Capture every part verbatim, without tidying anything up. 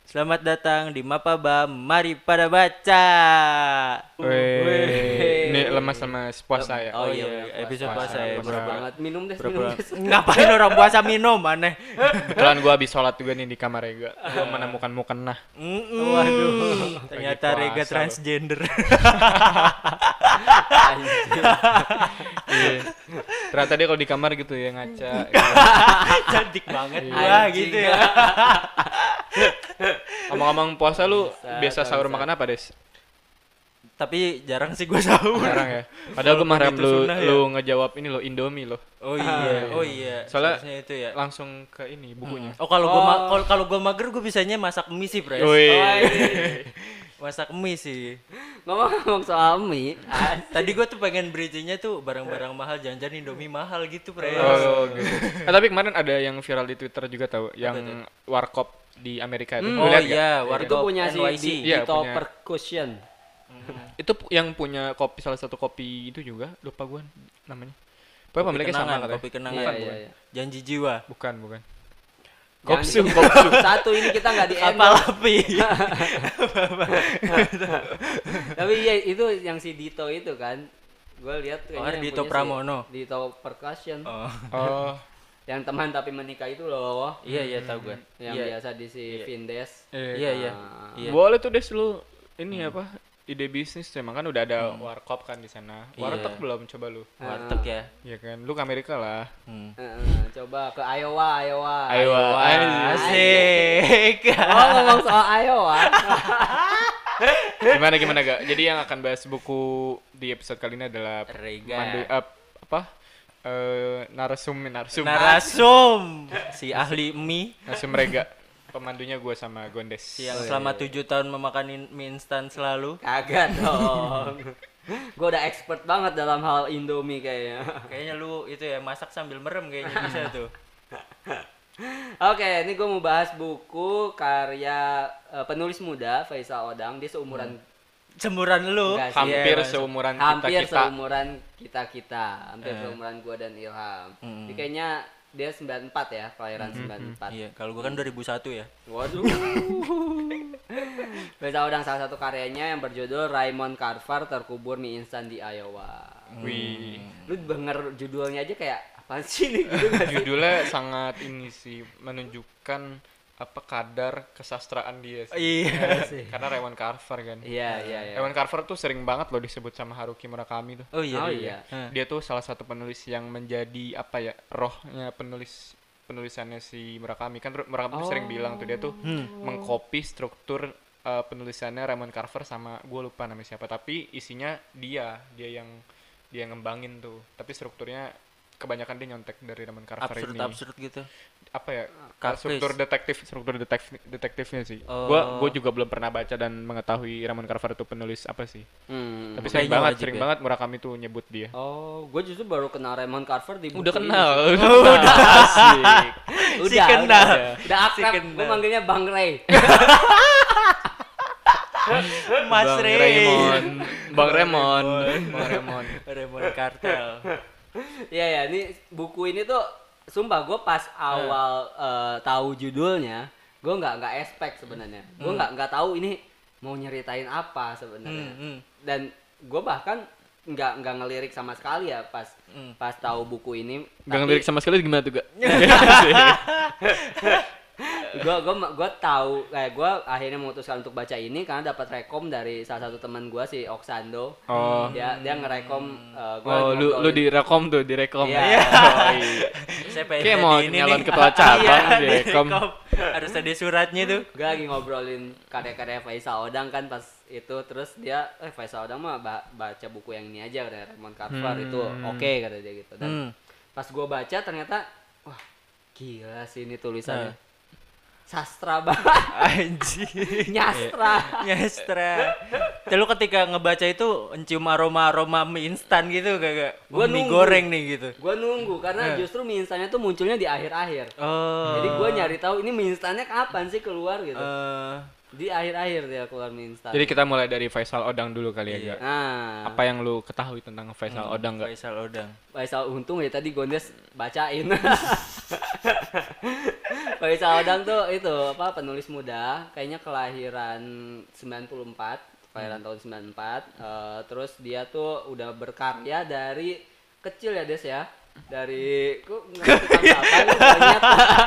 Selamat datang di Mapaba, mari pada baca. Weh, ini lemas-lemas puasa ya. Oh iya, episode puasa ya, puasa. bro. banget. Minum deh, Bro, minum bro. deh. Ngapain orang puasa minum aneh? Kebetulan gue habis sholat juga nih di kamar Rega. Gue menemukan mukena. Mm-mm. Waduh. Ternyata Lagi Rega puasa, transgender. Anjir. Iya. Ternyata dia kalau di kamar gitu ya ngaca. Gitu. Cantik banget Iya. gua Anjing. gitu ya. Ngomong-ngomong puasa lu Bangsat, biasa sahur bangsat. makan apa, Des? Tapi jarang sih gua sahur. Jarang ya. Padahal gue Walaupun marah itu lu sunnah ya. lu ngejawab ini lo Indomie lo. Oh iya, oh iya. Soalnya- Seharusnya itu ya. Langsung ke ini bukunya. Oh kalau gua ma- Oh. kalau kalau gua mager gua bisanya masak mie sih, Pres. Wih. Oh, iya. Masak mie sih. Ngomong-ngomong soal mie, ah, Tadi gua tuh pengen bridging-nya tuh barang-barang mahal, jangan-jangan Indomie mahal gitu, Pres. Oh, gitu. Eh, tapi kemarin ada yang viral di Twitter juga tahu, yang tuh? warkop di Amerika itu. Hmm. Lu Oh lihat nggak? iya, itu Warkop punya si N Y C. di, Iya, Dito punya. Percussion. Itu pu- yang punya kopi salah satu kopi itu juga, lupa gua namanya. Pokoknya Kopi pemiliknya sama kenangan, katanya. kopi kenangan. Iya, bukan? iya, iya. Janji jiwa. Bukan, bukan. Jangan Kopsu, di- kopsu. Satu ini kita nggak di Apa lapi? Tapi iya itu yang si Dito itu kan. Gue lihat Oh, kayaknya yang Dito punya si Pramono. Dito Percussion. Oh. Oh, Yang teman tapi menikah itu loh. Iya, iya tahu gue. Yang Iya. biasa di si Iya. Vindes. eh. Iya, iya. Ah. Iya. Boleh tuh Des lu ini apa? Ide bisnis emang kan udah ada warkop kan di sana. Iya. Warteg belum coba lu? Warteg ya. Iya kan, lu ke Amerika lah. Hmm. Heeh, coba ke Iowa, Iowa. Iowa. Asik. Oh, ngomong soal Iowa. Gimana gimana gak? Jadi yang akan bahas buku di episode kali ini adalah Rega. pemandu ap- apa? Eh narasum narasum Narasum si ahli mie narasum Rega. Pemandunya gue sama Gondes. yang Oh, iya, selama iya. tujuh tahun memakan in- mie instan selalu. Kagak dong. Gue udah expert banget dalam hal Indomie kayaknya. Kayaknya lu itu ya masak sambil merem kayaknya bisa tuh. Oke, ini gue mau bahas buku karya eh, penulis muda Faisal Odang. Dia seumuran Jemuran lu. Enggak sih, Hampir Iya, seumuran hampir kita kita. seumuran kita kita, hampir Eh. seumuran gue dan Ilham. Hmm. Jadi kayaknya dia sembilan puluh empat ya, kelahiran sembilan puluh empat. Iya, kalau gua kan dua ribu satu ya. Waduh. Faisal Odang salah satu karyanya yang berjudul Raymond Carver terkubur mie instan di Iowa. Wih. Lu denger judulnya aja kayak apa sih nih gitu gak sih? Judulnya sangat ini sih menunjukkan apa kadar kesastraan dia sih. Iya. Karena Raymond Carver kan. Iya, iya, iya. Raymond Carver tuh sering banget loh disebut sama Haruki Murakami tuh. Oh iya. Oh, iya. iya. Hah. Dia tuh salah satu penulis yang menjadi apa ya rohnya penulis penulisannya si Murakami kan. Murakami tuh sering Oh. bilang tuh dia tuh mengcopy struktur uh, penulisannya Raymond Carver sama gue lupa namanya siapa, tapi isinya dia dia yang dia yang ngembangin tuh, tapi strukturnya kebanyakan dia nyontek dari Raymond Carver Absurd ini. absurd gitu. Apa ya? Kartis. Struktur detektif struktur detektif detektifnya sih. Oh. Gua gua juga belum pernah baca dan mengetahui Raymond Carver itu penulis apa sih. Hmm. Tapi sering Kayaknya banget, wajib sering ya. banget Murakami tuh nyebut dia. Oh, gue justru baru kenal Raymond Carver di buku Udah ini. kenal. Udah asik. Udah, Si kenal. udah, udah Si akrab. kenal. Gue manggilnya Bang Ray. Mas Bang Ray. Raymond. Bang Raymond. Bang Raymond. Raymond Cartel. Iya ya, ini buku ini tuh sumpah gue pas awal eh, tahu judulnya, gue nggak nggak expect sebenarnya. Gue nggak nggak tahu ini mau nyeritain apa sebenarnya. Hmm, hmm. Dan gue bahkan nggak nggak ngelirik sama sekali ya pas Hmm. pas tahu buku ini. Gak ngelirik sama sekali gimana tuh, Gak? gue gue gue tahu kayak gue akhirnya memutuskan untuk baca ini karena dapat rekom dari salah satu teman gue si Oksando. Oh. Dia dia ngerekom uh, gue Oh, lu lu direkom tuh, direkom. Iya. Oh, iya. Saya pengen Kayak jadi mau ini nyalon nih. ketua cabang, Iya, direkom. Harus ada suratnya tuh. Gue lagi ngobrolin karya-karya Faisal Odang kan pas itu, terus dia eh Faisal Odang mah ba- baca buku yang ini aja kata Raymond Carver. Hmm. Itu oke kata dia gitu. Dan Hmm. pas gue baca ternyata wah gila sih ini tulisannya. Nah. Sastra banget. Anjing. Nyastra. Nyestra. Tapi lu ketika ngebaca itu encium aroma-aroma mie instan gitu kagak? Gua Mie nunggu. goreng nih gitu. Gue nunggu karena Eh. justru mie instannya tuh munculnya di akhir-akhir. Oh. Jadi gue nyari tahu ini mie instannya kapan sih keluar gitu. Eh, Di akhir-akhir dia keluar mie instan. Jadi kita mulai dari Faisal Odang dulu kali ya, Iya. Gak? Nah, Apa yang lu ketahui tentang Faisal Hmm, Odang gak? Faisal Odang. Faisal untung ya tadi Gondes bacain. Faisal Odang tuh itu apa penulis muda, kayaknya kelahiran sembilan puluh empat, kelahiran tahun sembilan puluh empat. Eh, terus dia tuh udah berkarya dari kecil ya Des ya. Dari kok ngerti tanggapan lu banyak.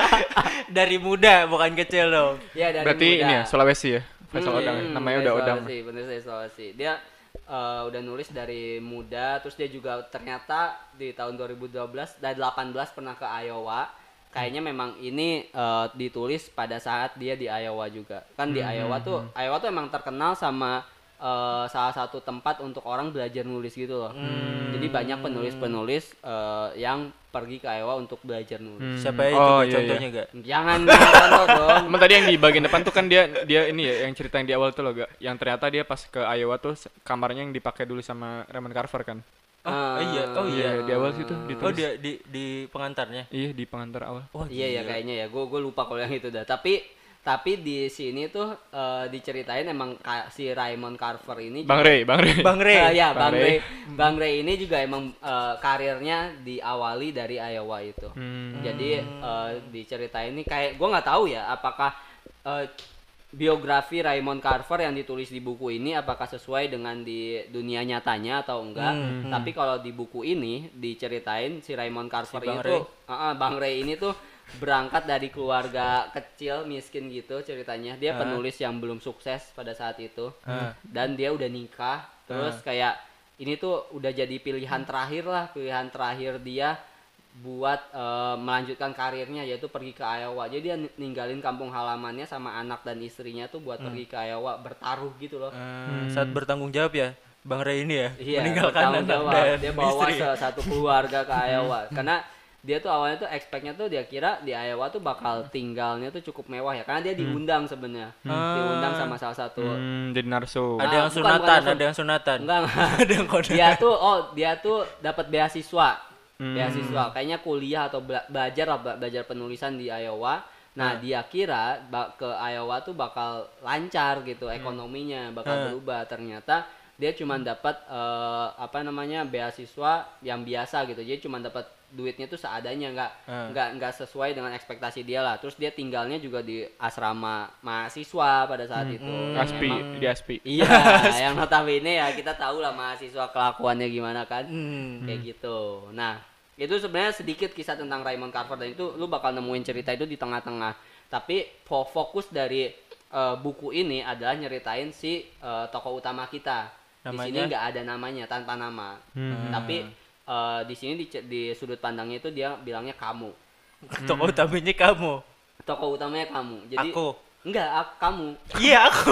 Dari muda bukan kecil dong. Ya dari Berarti muda. ini ya Sulawesi ya? Faisal Hmm, Odang ya? Namanya dari udah Odang. Sulawesi, bener dari Sulawesi. Dia eh, udah nulis dari muda, terus dia juga ternyata di tahun dua ribu dua belas dan delapan belas pernah ke Iowa. Kayaknya memang ini eh, ditulis pada saat dia di Iowa juga. Kan di Iowa tuh, Iowa tuh emang terkenal sama eh, salah satu tempat untuk orang belajar nulis gitu loh. Jadi banyak penulis-penulis eh, yang pergi ke Iowa untuk belajar nulis. Siapa ya itu Oh, Gak? iya, contohnya gak? Jangan contoh dong. Emang tadi yang di bagian depan tuh kan dia dia ini ya yang cerita yang di awal tuh loh gak? Yang ternyata dia pas ke Iowa tuh se- kamarnya yang dipakai dulu sama Raymond Carver kan? Oh, Ah, iya, oh iya. Iya, di awal situ Oh ditulis. dia di di pengantarnya. Iya di pengantar awal. Oh Iya ya kayaknya ya, gue gue lupa kalau yang itu dah. Tapi tapi di sini tuh eh, diceritain emang ka- si Raymond Carver ini Bang Ray, Bang Ray. Bang Ray. Eh, ya Bang Bang Ray. Ray. Bang Ray ini juga emang eh, karirnya diawali dari Iowa itu. Hmm. Jadi eh, diceritain ini kayak gue nggak tahu ya apakah eh, biografi Raymond Carver yang ditulis di buku ini apakah sesuai dengan di dunia nyatanya atau enggak. Hmm, Tapi kalau di buku ini diceritain si Raymond Carver Si Bang itu Ray. uh, uh, Bang Ray ini tuh berangkat dari keluarga kecil miskin gitu ceritanya. Dia Ah. penulis yang belum sukses pada saat itu. Ah. Dan dia udah nikah, terus kayak ini tuh udah jadi pilihan terakhir lah, pilihan terakhir dia buat eh, melanjutkan karirnya yaitu pergi ke Iowa. Jadi dia ni- ninggalin kampung halamannya sama anak dan istrinya tuh buat pergi ke Iowa bertaruh gitu loh. Eh, saat bertanggung jawab ya Bang Ray ini ya Iya, meninggalkan bertanggung anak jawab. dan Dia bawa istri. se- satu keluarga ke Iowa karena dia tuh awalnya tuh expect-nya tuh dia kira di Iowa tuh bakal tinggalnya tuh cukup mewah ya karena dia diundang sebenarnya. Diundang sama salah satu Hmm, jadi narso. Ada Ah, yang bukan, sunatan, bukan langsung. ada yang sunatan. enggak enggak. Ada yang kode. Dia tuh oh dia tuh dapat beasiswa. Hmm. Beasiswa kayaknya kuliah atau bela- belajar lah bela- belajar penulisan di Iowa. Nah, dia kira ba- ke Iowa tuh bakal lancar gitu ekonominya, bakal Hmm. berubah. Ternyata dia cuma dapat eh, apa namanya beasiswa yang biasa gitu. Jadi cuma dapat duitnya tuh seadanya, nggak Hmm. nggak nggak sesuai dengan ekspektasi dia lah. Terus dia tinggalnya juga di asrama mahasiswa pada saat itu. Yang Aspi, emang- di Aspi. Iya, yang notabene ya kita tahu lah mahasiswa kelakuannya gimana kan. Hmm. Kayak gitu. Nah, itu sebenarnya sedikit kisah tentang Raymond Carver dan itu lu bakal nemuin cerita itu di tengah-tengah. Tapi fo- fokus dari eh, buku ini adalah nyeritain si eh, tokoh utama kita. Di Namanya? sini nggak ada namanya, tanpa nama. Hmm. Tapi eh, di sini di, di sudut pandangnya itu dia bilangnya kamu. Tokoh utamanya kamu. Tokoh utamanya kamu. Jadi Aku. enggak, ak- kamu. Iya aku.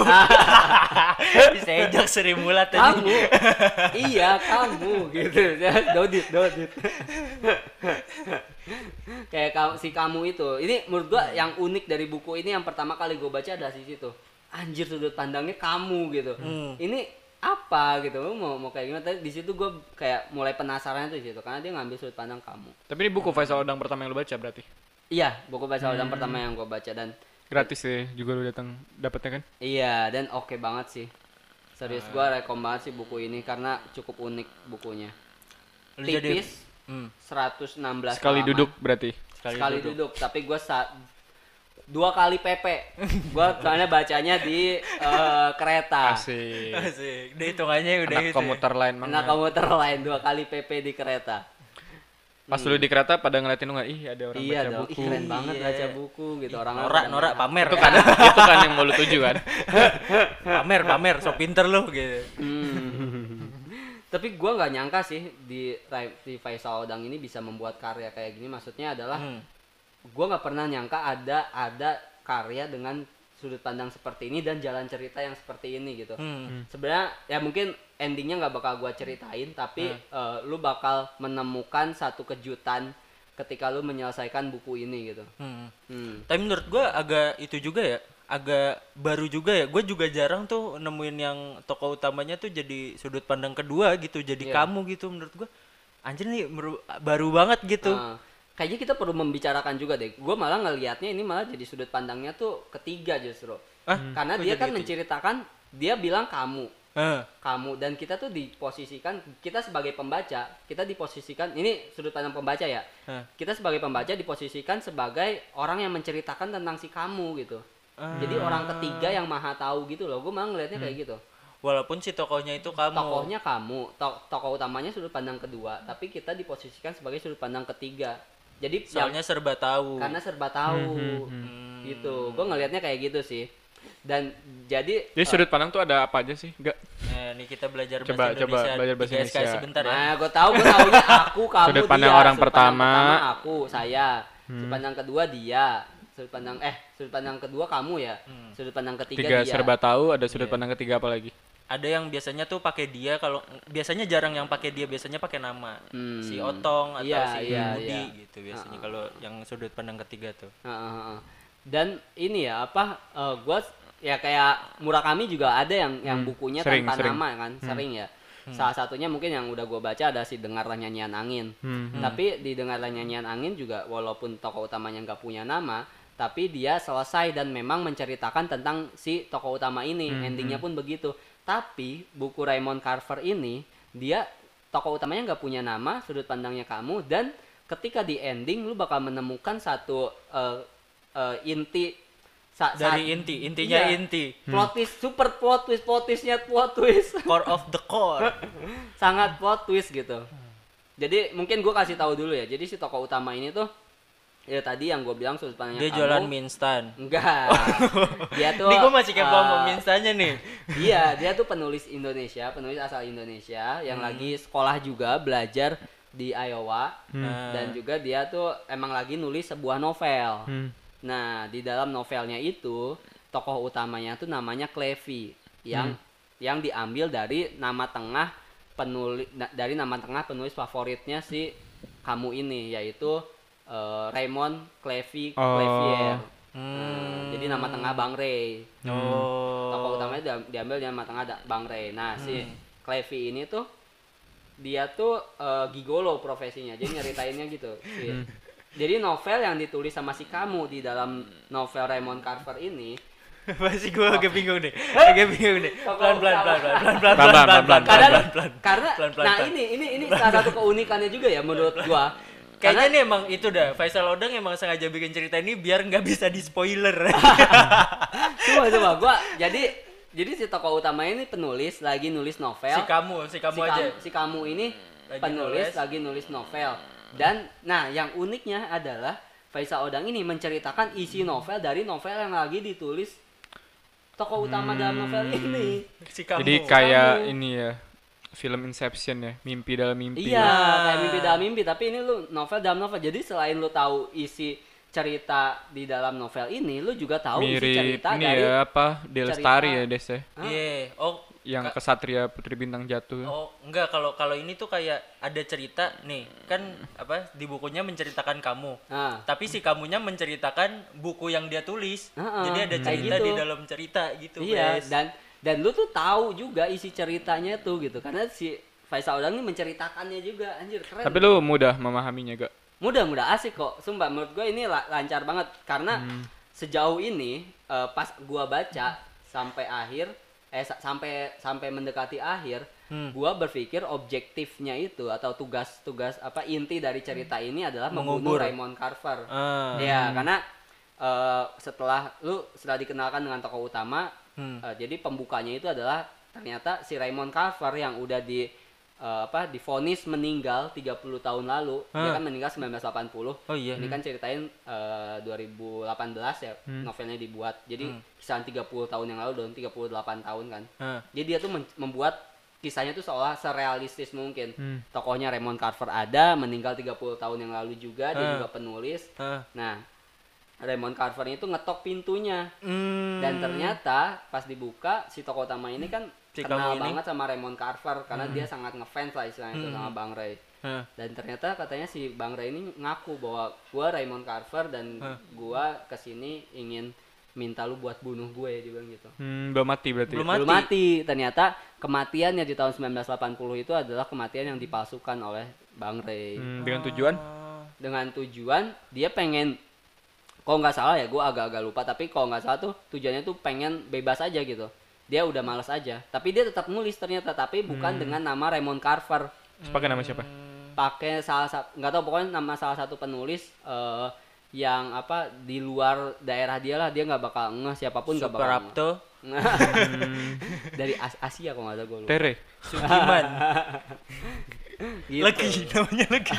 Bisa ejak Sri Mulat tadi. Kamu. Iya, kamu gitu. Dodit, dodit. Kayak kamu, si kamu itu. Ini menurut gua yang unik dari buku ini yang pertama kali gua baca adalah di situ. Anjir sudut pandangnya kamu gitu. Hmm. Ini apa gitu. Lu mau mau kayak gimana? Tapi di situ gua kayak mulai penasaran tuh di situ karena dia ngambil sudut pandang kamu. Tapi ini buku Faisal Odang pertama yang lu baca berarti? Iya, buku baca Odang pertama yang gua baca dan Gratis sih juga lu datang dapetnya kan? iya dan oke banget sih. Serius gua rekom banget sih buku ini karena cukup unik bukunya. Lu jadi Tipis, hmm, seratus enam belas Sekali halaman. duduk berarti. sekali, Sekali duduk. duduk. Tapi gue sa- dua kali P P. Gue soalnya bacanya di eh, kereta. Asik. Asik. Dia hitungannya udah Anak itu. komuter lain Nah mana? komuter lain dua kali P P di kereta. Pas lu di kereta pada ngeliatin lu nggak? Ih ada orang Iya baca dong. Ih, buku. keren banget Iya. baca buku gitu orang Norak, norak pamer. Itu kan itu kan yang mau lu tuju kan? pamer, pamer, so pinter lu gitu. Hmm. Tapi gue nggak nyangka sih di Rai- di Faisal Odang ini bisa membuat karya kayak gini. Maksudnya adalah Hmm. gue nggak pernah nyangka ada ada karya dengan sudut pandang seperti ini dan jalan cerita yang seperti ini gitu. Hmm. Sebenarnya ya mungkin endingnya nggak bakal gua ceritain tapi eh, lu bakal menemukan satu kejutan ketika lu menyelesaikan buku ini gitu. Hmm. Hmm. Tapi menurut gua agak itu juga ya, agak baru juga ya. Gue juga jarang tuh nemuin yang tokoh utamanya tuh jadi sudut pandang kedua gitu, jadi Iya. kamu gitu menurut gua. Anjir nih meru- baru banget gitu. Nah, kayaknya kita perlu membicarakan juga deh. Gua malah ngelihatnya ini malah jadi sudut pandangnya tuh ketiga justru. Ah, Karena kok dia jadi kan gitu? menceritakan, dia bilang kamu, Ah, kamu dan kita tuh diposisikan, kita sebagai pembaca, kita diposisikan, ini sudut pandang pembaca ya. ah, Kita sebagai pembaca diposisikan sebagai orang yang menceritakan tentang si kamu gitu. ah. Jadi orang ketiga yang maha tahu gitu loh. Gue malah ngelihatnya kayak gitu. Walaupun si tokohnya itu kamu. Tokohnya kamu, to- tokoh utamanya sudut pandang kedua, tapi kita diposisikan sebagai sudut pandang ketiga. Jadi yang- Soalnya serba tahu. karena serba tahu Hmm. gitu. Gue ngelihatnya kayak gitu sih. Dan jadi Jadi sudut pandang tuh ada apa aja sih? Enggak. Nah, nih kita belajar Coba- bahasa coba Indonesia. belajar bahasa di G S K S Indonesia. sebentar ya. nah, gue tahu, gue taunya aku, kamu, Sudut dia. pandang orang Sudut pertama. pandang aku, saya. Sudut pandang kedua dia. Sudut pandang eh sudut pandang kedua kamu ya. Sudut pandang ketiga Tiga dia. serba tahu, ada sudut Iya. pandang ketiga apa lagi? Ada yang biasanya tuh pakai dia, kalau biasanya jarang yang pakai dia, biasanya pakai nama. Hmm. Si Otong atau Iya, si iya, Budi iya. gitu biasanya kalau yang sudut pandang ketiga tuh. Heeh, heeh. Dan ini ya apa eh, gua ya kayak Murakami juga ada yang yang bukunya Sering, tanpa sering. nama kan, sering ya. Salah satunya mungkin yang udah gua baca ada si Dengarlah Nyanyian Angin. Hmm. Tapi di Dengarlah Nyanyian Angin juga walaupun tokoh utamanya nggak punya nama, tapi dia selesai dan memang menceritakan tentang si tokoh utama ini. Endingnya pun begitu. Tapi buku Raymond Carver ini dia tokoh utamanya nggak punya nama, sudut pandangnya kamu, dan ketika di ending lu bakal menemukan satu eh, eh, inti sa- Dari saat- inti, intinya Iya. inti. plot twist, super plot twist, plot twistnya plot twist. Core of the core. Sangat plot twist gitu. Jadi mungkin gue kasih tahu dulu ya. Jadi si tokoh utama ini tuh ya tadi yang gue bilang sudut pandangnya Dia kamu. jualan mie instan. Enggak. Dia tuh Nih gue masih kepo sama eh, mie instannya nih. Iya, dia tuh penulis Indonesia, penulis asal Indonesia yang lagi sekolah juga, belajar di Iowa. Hmm. Dan juga dia tuh emang lagi nulis sebuah novel. Hmm. Nah, di dalam novelnya itu tokoh utamanya tuh namanya Clevy yang yang diambil dari nama tengah penulis dari nama tengah penulis favoritnya si kamu ini, yaitu eh, Raymond Clevy Oh. Clevier. Hmm. Nah, jadi nama tengah Bang Ray. Oh. Tokoh utamanya dia- diambil dari nama tengah da- Bang Ray. Nah, si Clevy ini tuh dia tuh eh, gigolo profesinya. Jadi nyeritainnya gitu. Si- Jadi novel yang ditulis sama si kamu di dalam novel Raymond Carver ini Masih gue agak bingung nih. Agak bingung nih. Pelan pelan pelan pelan pelan pelan Pelan, pelan, pelan, karena pelan pelan. karena Pelan, pelan, nah pelan. ini ini ini salah satu keunikannya juga ya menurut gua. Kayaknya ini emang itu dah. Faisal Odang emang sengaja bikin cerita ini biar nggak bisa di spoiler. Coba coba gua jadi jadi si tokoh utama ini penulis lagi nulis novel. si kamu, si kamu si, aja. kamu, si kamu ini Lagi penulis nulis. lagi nulis novel. Dan nah yang uniknya adalah Faisal Odang ini menceritakan isi novel dari novel yang lagi ditulis tokoh utama dalam novel ini. Si kamu. Jadi kayak Kamu. ini ya, film Inception ya, mimpi dalam mimpi. Iya, Nah. kayak mimpi dalam mimpi, tapi ini lu novel dalam novel. Jadi selain lu tahu isi cerita di dalam novel ini, lu juga tahu isi Mirip cerita ini dari ya apa, Del cerita- Lestari ya Des ya, Iya. Oh. yang Ka- kesatria Putri Bintang Jatuh. Oh, enggak, kalau kalau ini tuh kayak ada cerita nih, kan apa di bukunya menceritakan kamu. Nah, Tapi si kamunya menceritakan buku yang dia tulis. Heeh, Jadi ada kayak cerita gitu. di dalam cerita gitu, iya, guys. dan dan lu tuh tahu juga isi ceritanya tuh gitu. Karena si Faisal Odang ini menceritakannya juga, anjir keren. Tapi lu mudah memahaminya gak? Mudah-mudah asik kok. Sumpah menurut gue ini la- lancar banget karena sejauh ini eh, pas gua baca sampai akhir eh sa- sampai sampai mendekati akhir, Hmm. gua berpikir objektifnya itu atau tugas-tugas apa inti dari cerita ini adalah Mengubur. membunuh Raymond Carver. Ah. Ya, karena eh, setelah lu setelah dikenalkan dengan tokoh utama, Hmm. eh, jadi pembukanya itu adalah ternyata si Raymond Carver yang udah di eh, apa divonis meninggal tiga puluh tahun lalu. Dia Hah? kan meninggal sembilan belas delapan puluh. Oh iya. Ini kan ceritain eh, dua ribu delapan belas ya novelnya dibuat. Jadi kisaran tiga puluh tahun yang lalu dong, tiga puluh delapan tahun kan. Ah. Jadi dia tuh men- membuat kisahnya tuh seolah serealistis mungkin. Hmm. Tokohnya Raymond Carver ada, meninggal tiga puluh tahun yang lalu juga, dia Ah. juga penulis. Ah. Nah, Raymond Carver itu ngetok pintunya. Hmm. Dan ternyata pas dibuka si tokoh utama ini kan Si kenal kamu ini? banget sama Raymond Carver karena dia sangat ngefans lah istilahnya itu sama Bang Ray. Ah. Dan ternyata katanya si Bang Ray ini ngaku bahwa gua Raymond Carver dan gua kesini ingin minta lu buat bunuh gue, dia bilang gitu. Hmm, belum mati berarti. Belum Belum mati. mati. Ternyata kematiannya di tahun sembilan belas delapan puluh itu adalah kematian yang dipalsukan oleh Bang Ray. Hmm, dengan tujuan Ah. Dengan tujuan dia pengen kalau nggak salah ya, gue agak-agak lupa, tapi kalau nggak salah tuh tujuannya tuh pengen bebas aja gitu. Dia udah malas aja, tapi dia tetap nulis ternyata, tapi bukan Hmm. dengan nama Raymond Carver. Terus pakai nama siapa? Pakai salah satu, nggak tahu pokoknya nama salah satu penulis eh, yang apa di luar daerah dia lah, dia nggak bakal ngeh, siapapun nggak Super bakal Rapto, ngeh. Dari As- Asia kalau nggak tahu gue lupa. Tere. Sugiman. Gitu. Lagi namanya lagi.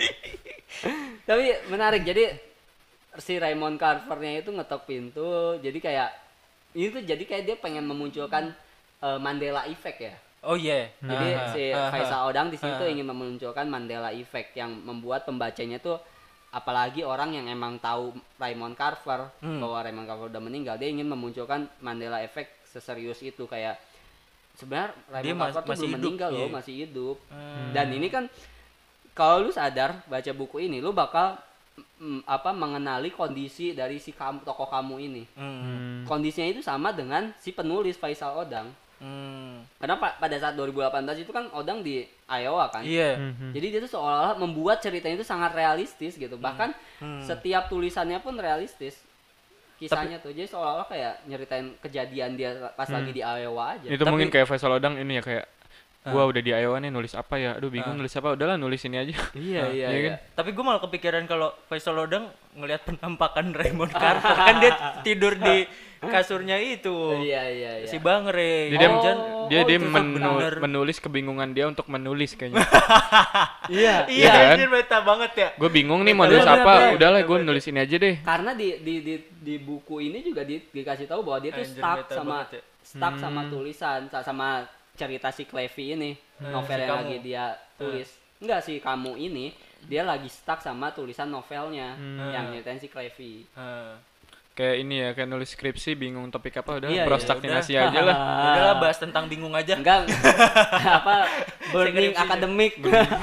Tapi menarik, jadi si Raymond Carver-nya itu ngetok pintu, jadi kayak ini tuh jadi kayak dia pengen memunculkan eh, Mandela Effect ya. Oh iya. Jadi Ah, si ah, ah, Faisal Odang di sini ah. tuh ingin memunculkan Mandela Effect yang membuat pembacanya tuh, apalagi orang yang emang tahu Raymond Carver, Hmm. bahwa Raymond Carver udah meninggal, dia ingin memunculkan Mandela Effect seserius itu, kayak sebenarnya Raymond Dia mas- Carver tuh masih belum hidup, meninggal loh, iya. masih hidup. Hmm. Dan ini kan kalau lu sadar baca buku ini, lu bakal mm, apa mengenali kondisi dari si kamu, tokoh kamu ini. Hmm. Hmm. Kondisinya itu sama dengan si penulis Faisal Odang. Hmm. Karena pa- pada saat dua ribu delapan belas itu kan Odang di Iowa kan. Iya. Mhm. Jadi dia tuh seolah-olah membuat ceritanya itu sangat realistis gitu. Bahkan Hmm. setiap tulisannya pun realistis. Kisahnya tuh. Jadi seolah-olah kayak nyeritain kejadian dia pas Hmm. lagi di Iowa aja. Itu Tapi- mungkin kayak Faisal Odang ini ya, kayak gua udah di Iowa nih, nulis apa ya? Aduh bingung Ah. nulis apa. Udahlah nulis ini aja. Iya, iya, iya iya. kan? Tapi gue malah kepikiran kalau Faisal Odang ngelihat penampakan Raymond Carver, kan dia tidur di kasurnya itu. Iya, iya, iya. Si Bang Ray. Jadi dia Oh, dia, oh, dia itu tuh menu- bener. menulis kebingungan dia untuk menulis kayaknya. Iya. Iya, Iya kan? anjir meta banget ya. Gue bingung nih mau Bener, nulis bener, apa. bener. Udahlah Bener, gue bener. nulis ini aja deh. Karena di di di di buku ini juga di, dikasih tahu bahwa dia tuh Anjir, stuck meta sama banget ya. stuck sama tulisan, sa- sama cerita si Clevy ini, novel si yang kamu. lagi dia tulis. Enggak sih, kamu ini dia lagi stuck sama tulisan novelnya yang nyeritain si Clevy. Heeh. Kayak ini ya, kayak nulis skripsi bingung topik apa, udah Iya, iya, prostaktinasi udah. aja lah. Udahlah bahas tentang bingung aja. Enggak apa burning Skripsi. akademik.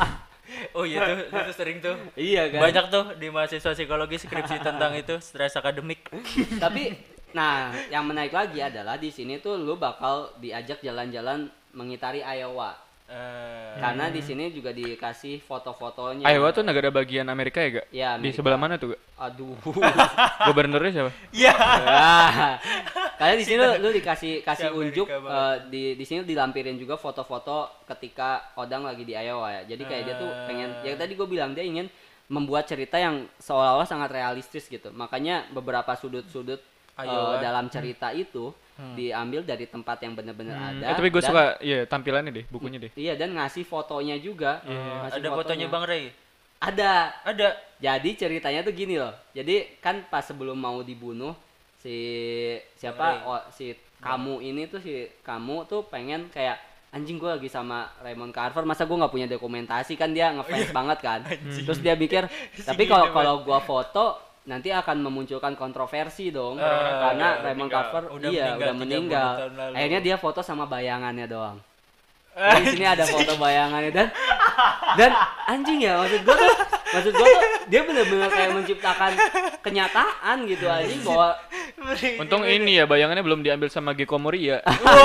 Oh iya tuh, itu sering tuh. Iya kan. Banyak tuh di mahasiswa psikologi skripsi tentang itu, stres akademik. Tapi nah, yang menarik lagi adalah di sini tuh lu bakal diajak jalan-jalan mengitari Iowa. Eh, Karena di sini juga dikasih foto-fotonya. Iowa tuh negara bagian Amerika ya gak? Iya, Di Amerika. sebelah mana tuh gak? Aduh. Gubernurnya siapa? Iya. Wah. Karena di sini lu, lu dikasih kasih Si Amerika unjuk banget. eh, di di sini dilampirin juga foto-foto ketika Odang lagi di Iowa ya. Jadi kayak dia tuh pengen, ya tadi gue bilang dia ingin membuat cerita yang seolah-olah sangat realistis gitu. Makanya beberapa sudut-sudut eh, Iowa. dalam cerita itu diambil dari tempat yang benar-benar Hmm, ada. eh, tapi gue dan- suka ya tampilannya deh, bukunya deh. Iya, dan ngasih fotonya juga. Ngasih Ada fotonya Bang Ray. Ada. Ada. Jadi ceritanya tuh gini loh. Jadi kan pas sebelum mau dibunuh si siapa Ray. oh, si kamu ini tuh si kamu tuh pengen kayak anjing gue lagi sama Raymond Carver, masa gue nggak punya dokumentasi, kan dia ngefans banget kan. Terus dia mikir tapi kalau kalau gue foto nanti akan memunculkan kontroversi dong, Eh, karena udah Raymond meninggal. Carver Udah iya meninggal udah tiga puluh meninggal. tahun lalu. Akhirnya dia foto sama bayangannya doang. Di sini ada foto bayangannya dan dan anjing ya, maksud gua tuh maksud gua tuh dia benar-benar kayak menciptakan kenyataan gitu anjing bahwa Untung ini ya bayangannya belum diambil sama Gecko Moria.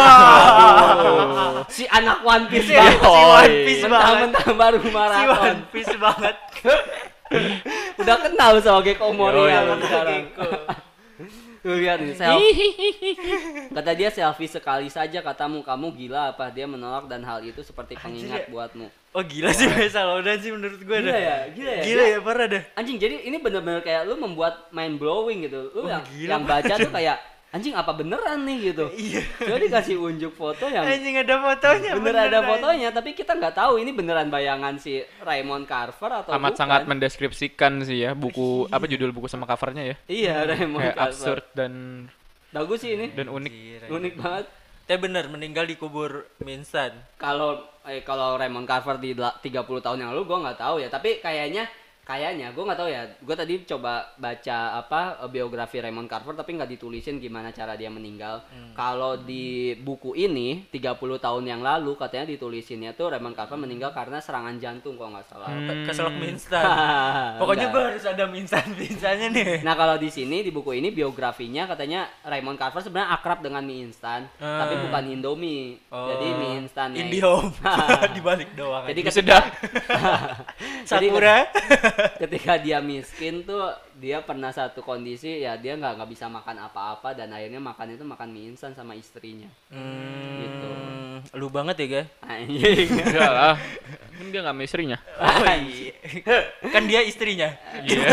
si anak One Piece Si banget. One Piece banget. Mentang-mentang baru Si maraton. One Piece banget. Udah kenal sama Gecko Moria Yoi. lu sekarang. Gecko. Tuh lihat nih, selfie. Kata dia selfie sekali saja katamu, kamu gila apa? Dia menolak dan hal itu seperti pengingat ya. buatmu. Oh gila sih Faisal Odang sih menurut gue Gila dah. ya, gila ya. Gila Dia- ya, parah dah. Anjing, jadi ini bener-bener kayak lu membuat mind blowing gitu. Lu Oh, yang, gila yang baca tuh kayak anjing apa beneran nih gitu. Iya. Coba dikasih unjuk foto yang Anjing ada fotonya. bener ada anjing. fotonya, tapi kita nggak tahu ini beneran bayangan si Raymond Carver atau Amat bukan. sangat mendeskripsikan sih ya buku apa judul buku sama covernya ya. Iya, Raymond Kayak Carver. absurd dan Bagus sih ini. dan unik. Anjir, Unik banget. Tapi bener meninggal dikubur mie instan. Kalau eh, kalau Raymond Carver di dela- tiga puluh tahun yang lalu gua nggak tahu ya, tapi kayaknya kayaknya gua nggak tahu ya. Gua tadi coba baca apa eh, biografi Raymond Carver tapi nggak ditulisin gimana cara dia meninggal. Kalau di buku ini tiga puluh tahun yang lalu katanya ditulisinnya tuh Raymond Carver meninggal karena serangan jantung kalau nggak salah. Ke- Keselak mie instan. Pokoknya Enggak. gue harus ada mie instan mie instannya nih. Nah kalau di sini di buku ini biografinya katanya Raymond Carver sebenarnya akrab dengan mie instan, Hmm. tapi bukan Indomie. Oh. Jadi mie instan yang- Indihome. Dibalik doang. Jadi Mie ketika sedap. Jadi Sakura. ketika dia miskin tuh dia pernah satu kondisi ya dia nggak nggak bisa makan apa-apa dan akhirnya makan itu makan mie instan sama istrinya. Hmm, Gitu. Lu banget ya, Ga? Anjing. Enggak lah. Kan dia enggak sama istrinya. Oh, iya. Kan dia istrinya. Iya.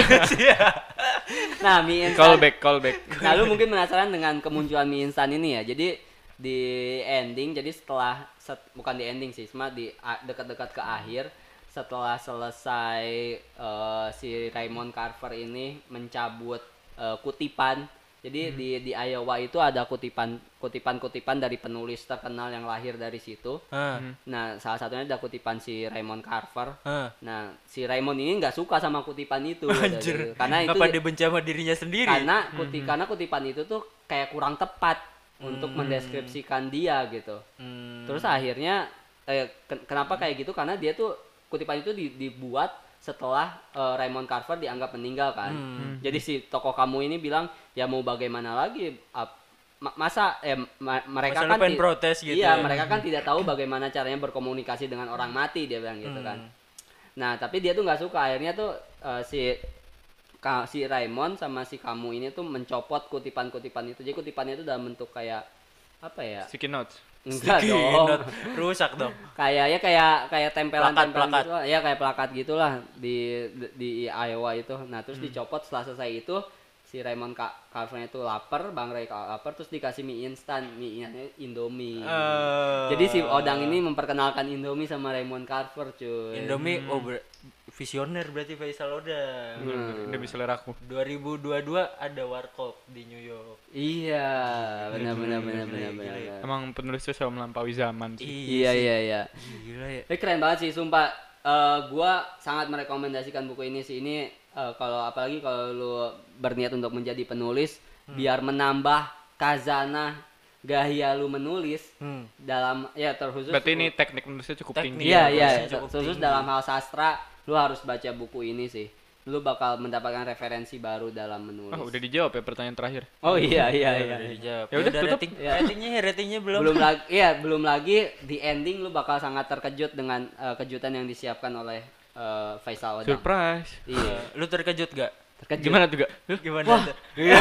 Nah, mie instan. Call back, call back. Nah, lu mungkin penasaran dengan kemunculan mie instan ini ya. Jadi di ending, jadi setelah set, bukan di ending sih, cuma di a- dekat-dekat ke akhir, setelah selesai eh, si Raymond Carver ini mencabut eh, kutipan. Jadi di di Iowa itu ada kutipan kutipan-kutipan dari penulis terkenal yang lahir dari situ. Hah. Nah, salah satunya ada kutipan si Raymond Carver. Hah. Nah, si Raymond ini nggak suka sama kutipan itu. Anjir. Karena itu Apa dia benci sama dirinya sendiri? karena kuti karena kutipan itu tuh kayak kurang tepat untuk mendeskripsikan dia gitu. Hmm. Terus akhirnya eh, ken- kenapa kayak gitu? Karena dia tuh kutipan itu di- dibuat setelah eh, Raymond Carver dianggap meninggal kan. Hmm. Jadi si tokoh kamu ini bilang ya mau bagaimana lagi ap- ma- masa eh, ma- mereka Masa lu kan pengen ti- protes gitu iya ya? mereka kan tidak tahu bagaimana caranya berkomunikasi dengan orang mati dia bilang gitu kan. Hmm. Nah tapi dia tuh nggak suka akhirnya tuh eh, si ka- si Raymond sama si kamu ini tuh mencopot kutipan-kutipan itu. Jadi kutipannya itu dalam bentuk kayak apa ya? Sticky notes. Enggak Sticky dong. note. Rusak dong. Kayaknya kayak kayak tempelan-tempelan Plakat-plakat. gitu lah. Ya kayak plakat gitulah di di, di Iowa itu. Nah, terus Hmm. dicopot setelah selesai itu si Raymond Ka- Carver itu lapar, Bang Ray lapar terus dikasih mie instan, mie-nya Indomie. Eh, Jadi si Odang ini memperkenalkan Indomie sama Raymond Carver, cuy. Indomie oh ber- visioner berarti Faisal Odang. Hmm. Udah bisa seleraku. dua ribu dua puluh dua ada warkop di New York. Iya, benar benar benar benar gila, benar. gila. benar. Emang penulisnya selalu melampaui zaman sih. Iya, sih. iya, iya. Gila ya. Ini keren banget sih, sumpah. Eh, gua sangat merekomendasikan buku ini sih. Ini eh, kalau apalagi kalau lu berniat untuk menjadi penulis, biar menambah kazanah gaya lu menulis Hmm. dalam ya terkhusus. Berarti ini teknik menulisnya cukup Teknik. tinggi. Iya, ya. iya, menulisnya cukup khusus tinggi. dalam hal sastra, lu harus baca buku ini sih. Lu bakal mendapatkan referensi baru dalam menulis. Oh, udah dijawab ya pertanyaan terakhir. Oh iya iya iya. Udah dijawab. Ya udah, udah tutup. rating. Ya. Ratingnya ratingnya belum. belum lagi iya belum lagi di ending lu bakal sangat terkejut dengan eh, kejutan yang disiapkan oleh eh, Faisal Odang. Surprise. Iya, Eh, lu terkejut gak? terkejut. Gimana tuh, Gak? Gimana tuh?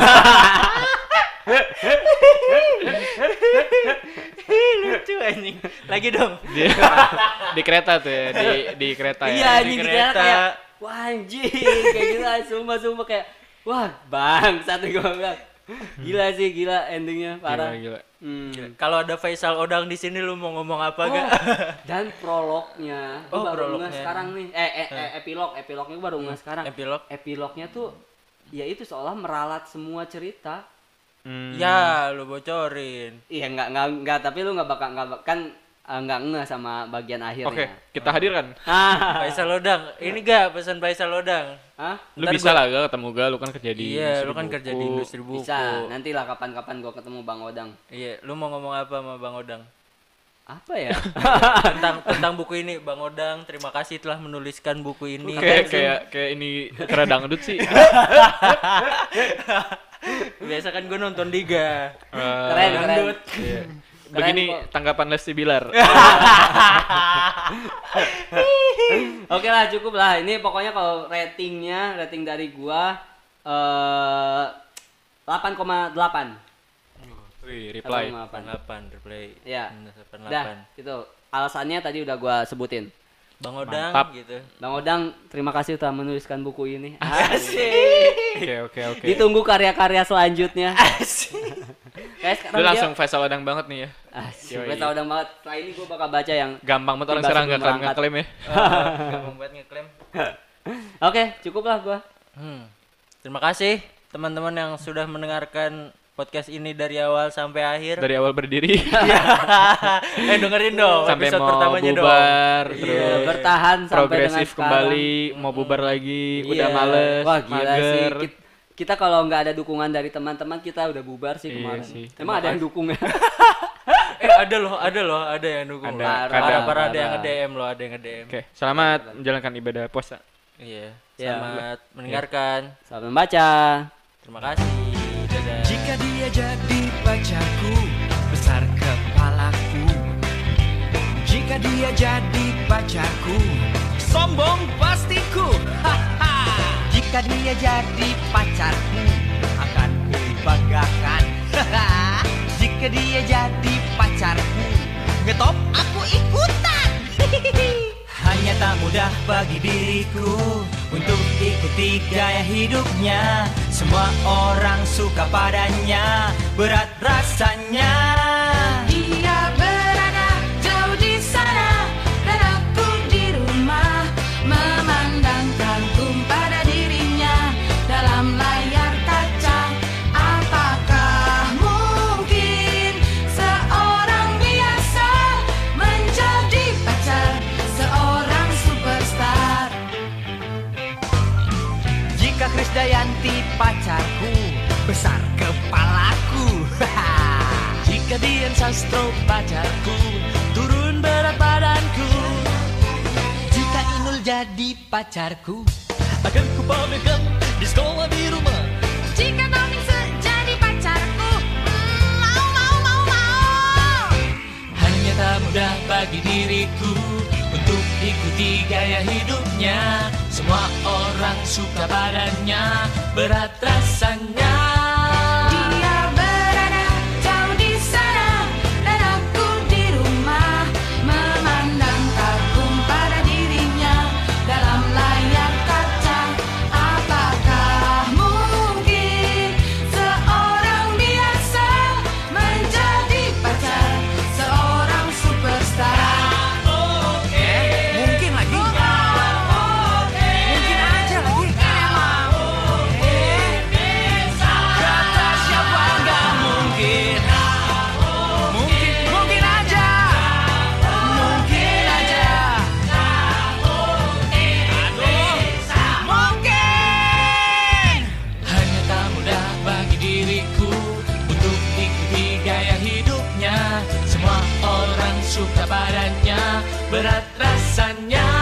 Lucu anjing. Lagi dong. Di, di kereta tuh ya, di di kereta ya. Iya, di anjing kereta. kereta kayak wah anjing kayak gitu ah, sumpah sumpah kayak wah bang satu gue bilang gila sih gila endingnya parah. Gila, gila. Hmm. Kalau ada Faisal Odang di sini lu mau ngomong apa Oh, gak? dan prolognya gua Oh, baru ngeh prolognya. sekarang nih eh, eh, eh epilog epilognya gua baru ngeh sekarang Epilog. epilognya tuh ya itu seolah meralat semua cerita. Hmm. Ya, lu bocorin. Iya nggak nggak nggak tapi lu nggak bakal nggak bak- kan eh, nggak ngeh sama bagian akhirnya. Oke, kita hadirkan. Ah, Faisal Odang. Ini gak pesan Faisal Odang? Hah? Lu Ntar bisa gua- lah, Gak, ketemu Gak, lu kan kerja di Iya, industri lu kan kerja di buku. industri buku. Bisa. Nantilah kapan-kapan gua ketemu Bang Odang. Iya, lu mau ngomong apa sama Bang Odang? Apa ya? tentang tentang buku ini, Bang Odang. Terima kasih telah menuliskan buku ini. Kayak kayak kayak ini kera dangdut sih. Biasa kan gue nonton Diga. Keren, keren. Dangdut. Iya. Keren Begini kok. tanggapan Lesti Bilar. Oke lah cukup lah. Ini pokoknya kalau ratingnya, rating dari gua eh delapan koma delapan. Wih, reply. delapan koma delapan. delapan replay. Iya. delapan Dah, delapan. itu. Alasannya tadi udah gua sebutin. Bang Odang Mantap. gitu. Bang Odang, terima kasih telah menuliskan buku ini. Oke, oke, oke. Ditunggu karya-karya selanjutnya. Guys, sekarang Lu langsung dia Faisal Odang banget nih ya. Asik, Yoi. gue tau Odang banget. Setelah ini gue bakal baca yang Gampang banget orang Tiba sekarang sebelum nggak klaim berangkat. nggak klaim ya. Gampang banget ngeklaim. Oke, cukup lah gua. Hmm. Terima kasih teman-teman yang sudah mendengarkan podcast ini dari awal sampai akhir. Dari awal berdiri eh dengerin dong sampai episode mau pertamanya dong. bubar, Iya, terus bertahan sampai dengan progresif sekarang. kembali, mau bubar lagi, udah Iya. males, Wah, gila mager. sih. Kit- Kita kalau nggak ada dukungan dari teman-teman kita udah bubar sih Iya kemarin. sih. Emang ada yang dukung ya? Eh ada loh, ada loh, ada yang dukung. Ada, Loh. kadang. Parah, parah ada yang Parah. nge-D M loh, ada yang nge-D M. Oke, selamat menjalankan ibadah puasa. Iya, Iya. selamat mendengarkan. Selamat membaca. Terima kasih. Dadah. Jika dia jadi pacarku, besar kepalaku. Jika dia jadi pacarku, sombong pastiku. Haha. Jika dia jadi pacarku, akan kubanggakan. Jika dia jadi pacarku, ngetop aku ikutan. Hanya tak mudah bagi diriku untuk ikuti gaya hidupnya. Semua orang suka padanya, berat rasanya. Dia berada jauh di sana dan aku di rumah, memandang kagum pada dirinya dalam layar kaca. Apakah mungkin seorang biasa menjadi pacar seorang superstar? Jika Krisdayanti pacarku, besar kepalaku. Jika Dian Sastro pacarku, turun berat badanku. Jika Inul jadi pacarku, akan ku pamerkan di sekolah di rumah. Jika Tommy jadi pacarku, mm, mau mau mau mau. Hanya tak mudah bagi diriku untuk ikuti gaya hidupnya. Semua orang suka badannya, berat rasanya. Dia berada jauh di sana dan aku di rumah, memandang kagum pada dirinya dalam layar kaca. Apakah mungkin seorang biasa menjadi pacar seorang superstar? Mungkin lagi, mungkin aja lagi. Kata siapa nggak mungkin? Mungkin, mungkin aja. Mungkin aja. Aduh, mungkin. Hanya tak mudah bagi diriku untuk ikuti gaya hidupnya. Semua orang suka badannya, berat rasanya.